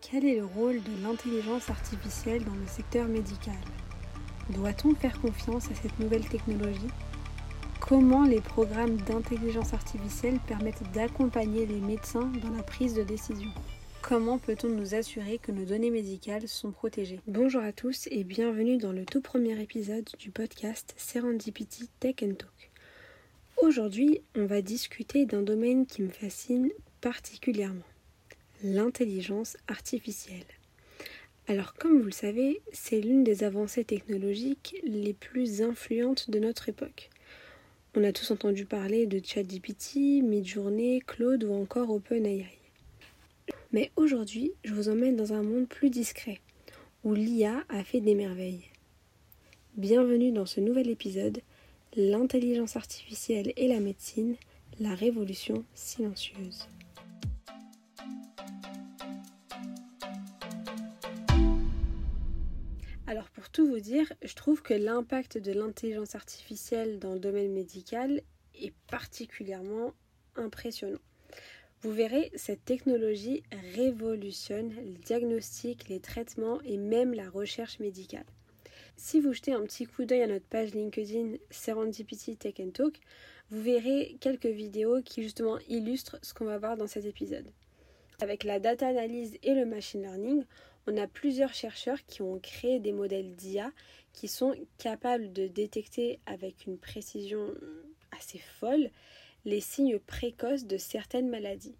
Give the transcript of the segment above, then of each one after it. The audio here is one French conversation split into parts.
Quel est le rôle de l'intelligence artificielle dans le secteur médical? Doit-on faire confiance à cette nouvelle technologie? Comment les programmes d'intelligence artificielle permettent d'accompagner les médecins dans la prise de décision? Comment peut-on nous assurer que nos données médicales sont protégées? Bonjour à tous et bienvenue dans le tout premier épisode du podcast Serendipity Tech & Talk. Aujourd'hui, on va discuter d'un domaine qui me fascine particulièrement. L'intelligence artificielle. Alors comme vous le savez, c'est l'une des avancées technologiques les plus influentes de notre époque. On a tous entendu parler de ChatGPT, Midjourney, Claude ou encore OpenAI. Mais aujourd'hui, je vous emmène dans un monde plus discret, où l'IA a fait des merveilles. Bienvenue dans ce nouvel épisode, l'intelligence artificielle et la médecine, la révolution silencieuse. Alors pour tout vous dire, je trouve que l'impact de l'intelligence artificielle dans le domaine médical est particulièrement impressionnant. Vous verrez, cette technologie révolutionne les diagnostics, les traitements et même la recherche médicale. Si vous jetez un petit coup d'œil à notre page LinkedIn Serendipity Tech & Talk, vous verrez quelques vidéos qui justement illustrent ce qu'on va voir dans cet épisode. Avec la data analyse et le machine learning, on a plusieurs chercheurs qui ont créé des modèles d'IA qui sont capables de détecter avec une précision assez folle les signes précoces de certaines maladies.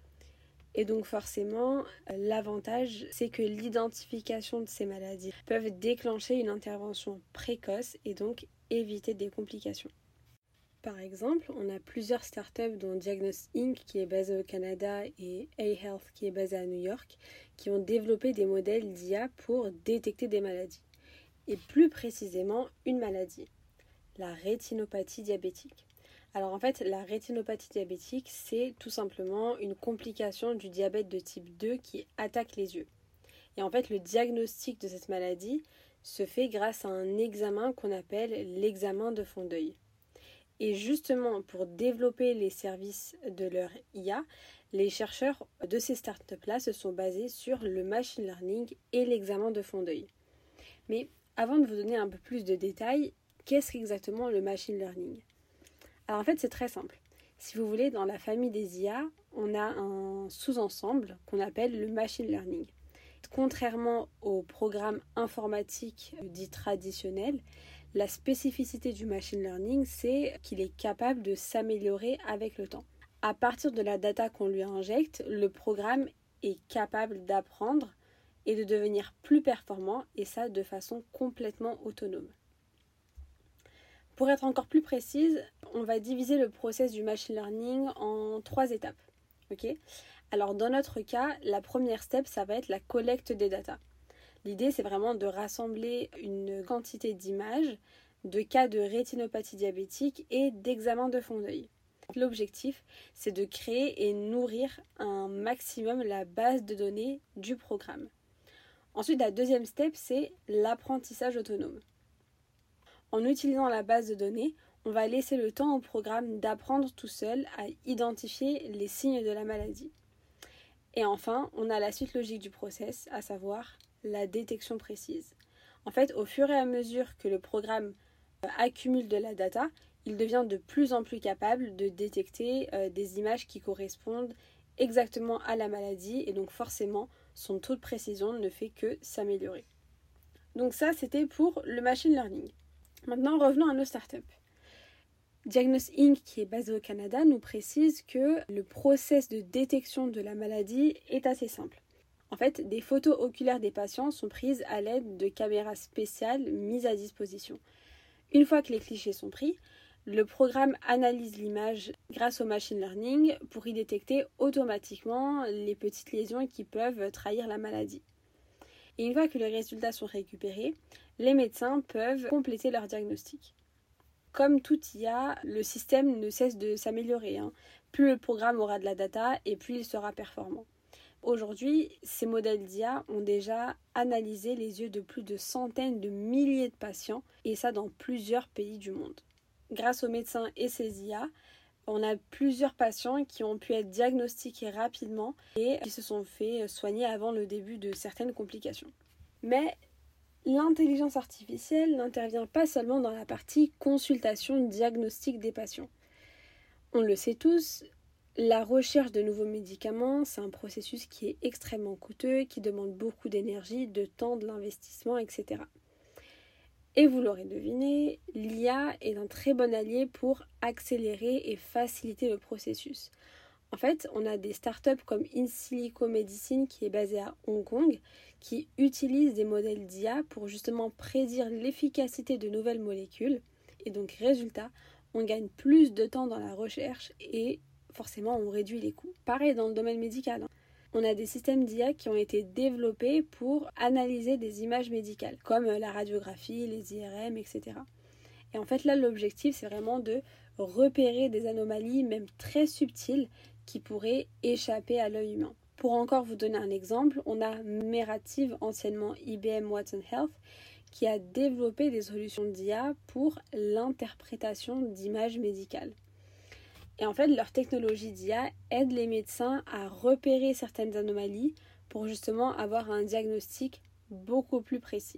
Et donc forcément, l'avantage, c'est que l'identification de ces maladies peuvent déclencher une intervention précoce et donc éviter des complications. Par exemple, on a plusieurs startups dont Diagnos Inc. qui est basée au Canada et A-Health qui est basée à New York qui ont développé des modèles d'IA pour détecter des maladies. Et plus précisément, une maladie, la rétinopathie diabétique. Alors en fait, la rétinopathie diabétique, c'est tout simplement une complication du diabète de type 2 qui attaque les yeux. Et en fait, le diagnostic de cette maladie se fait grâce à un examen qu'on appelle l'examen de fond d'œil. Et justement, pour développer les services de leur IA, les chercheurs de ces startups-là se sont basés sur le machine learning et l'examen de fond d'œil. Mais avant de vous donner un peu plus de détails, qu'est-ce qu'exactement le machine learning? Alors en fait, c'est très simple. Si vous voulez, dans la famille des IA, on a un sous-ensemble qu'on appelle le machine learning. Contrairement aux programmes informatiques dits traditionnels, la spécificité du machine learning, c'est qu'il est capable de s'améliorer avec le temps. À partir de la data qu'on lui injecte, le programme est capable d'apprendre et de devenir plus performant, et ça de façon complètement autonome. Pour être encore plus précise, on va diviser le process du machine learning en 3 étapes. Okay ? Alors dans notre cas, la première step, ça va être la collecte des datas. L'idée, c'est vraiment de rassembler une quantité d'images, de cas de rétinopathie diabétique et d'examen de fond d'œil. L'objectif, c'est de créer et nourrir un maximum la base de données du programme. Ensuite, la deuxième step, c'est l'apprentissage autonome. En utilisant la base de données, on va laisser le temps au programme d'apprendre tout seul à identifier les signes de la maladie. Et enfin, on a la suite logique du process, à savoir la détection précise. En fait, au fur et à mesure que le programme accumule de la data, il devient de plus en plus capable de détecter des images qui correspondent exactement à la maladie et donc forcément, son taux de précision ne fait que s'améliorer. Donc ça, c'était pour le machine learning. Maintenant, revenons à nos startups. Diagnos Inc., qui est basé au Canada, nous précise que le process de détection de la maladie est assez simple. En fait, des photos oculaires des patients sont prises à l'aide de caméras spéciales mises à disposition. Une fois que les clichés sont pris, le programme analyse l'image grâce au machine learning pour y détecter automatiquement les petites lésions qui peuvent trahir la maladie. Et une fois que les résultats sont récupérés, les médecins peuvent compléter leur diagnostic. Comme tout IA, le système ne cesse de s'améliorer. Plus le programme aura de la data et plus il sera performant. Aujourd'hui, ces modèles d'IA ont déjà analysé les yeux de plus de centaines de milliers de patients, et ça dans plusieurs pays du monde. Grâce aux médecins et ces IA, On a plusieurs patients qui ont pu être diagnostiqués rapidement et qui se sont fait soigner avant le début de certaines complications. Mais l'intelligence artificielle n'intervient pas seulement dans la partie consultation diagnostic des patients. On le sait tous, la recherche de nouveaux médicaments, c'est un processus qui est extrêmement coûteux, qui demande beaucoup d'énergie, de temps, de l'investissement, etc. Et vous l'aurez deviné, l'IA est un très bon allié pour accélérer et faciliter le processus. En fait, on a des startups comme InSilico Medicine qui est basée à Hong Kong, qui utilisent des modèles d'IA pour justement prédire l'efficacité de nouvelles molécules. Et donc, résultat, on gagne plus de temps dans la recherche et forcément, on réduit les coûts. Pareil dans le domaine médical. On a des systèmes d'IA qui ont été développés pour analyser des images médicales, comme la radiographie, les IRM, etc. Et en fait, là, l'objectif, c'est vraiment de repérer des anomalies, même très subtiles, qui pourraient échapper à l'œil humain. Pour encore vous donner un exemple, on a Merative, anciennement IBM Watson Health, qui a développé des solutions d'IA pour l'interprétation d'images médicales. Et en fait, leur technologie d'IA aide les médecins à repérer certaines anomalies pour justement avoir un diagnostic beaucoup plus précis.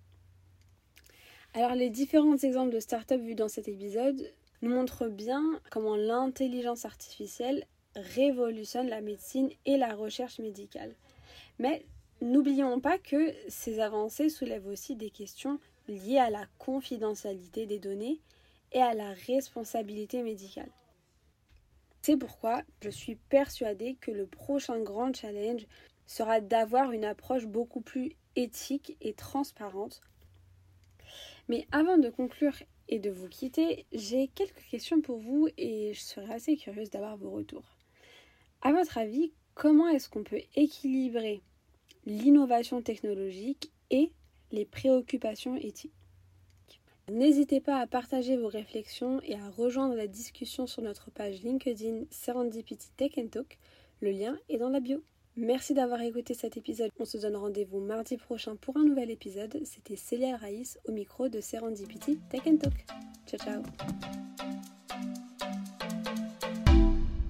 Alors, les différents exemples de startups vus dans cet épisode nous montrent bien comment l'intelligence artificielle révolutionne la médecine et la recherche médicale. Mais n'oublions pas que ces avancées soulèvent aussi des questions liées à la confidentialité des données et à la responsabilité médicale. C'est pourquoi je suis persuadée que le prochain grand challenge sera d'avoir une approche beaucoup plus éthique et transparente. Mais avant de conclure et de vous quitter, j'ai quelques questions pour vous et je serais assez curieuse d'avoir vos retours. À votre avis, comment est-ce qu'on peut équilibrer l'innovation technologique et les préoccupations éthiques ? N'hésitez pas à partager vos réflexions et à rejoindre la discussion sur notre page LinkedIn Serendipity Tech & Talk. Le lien est dans la bio. Merci d'avoir écouté cet épisode. On se donne rendez-vous mardi prochain pour un nouvel épisode. C'était Célia Raïs au micro de Serendipity Tech & Talk. Ciao ciao.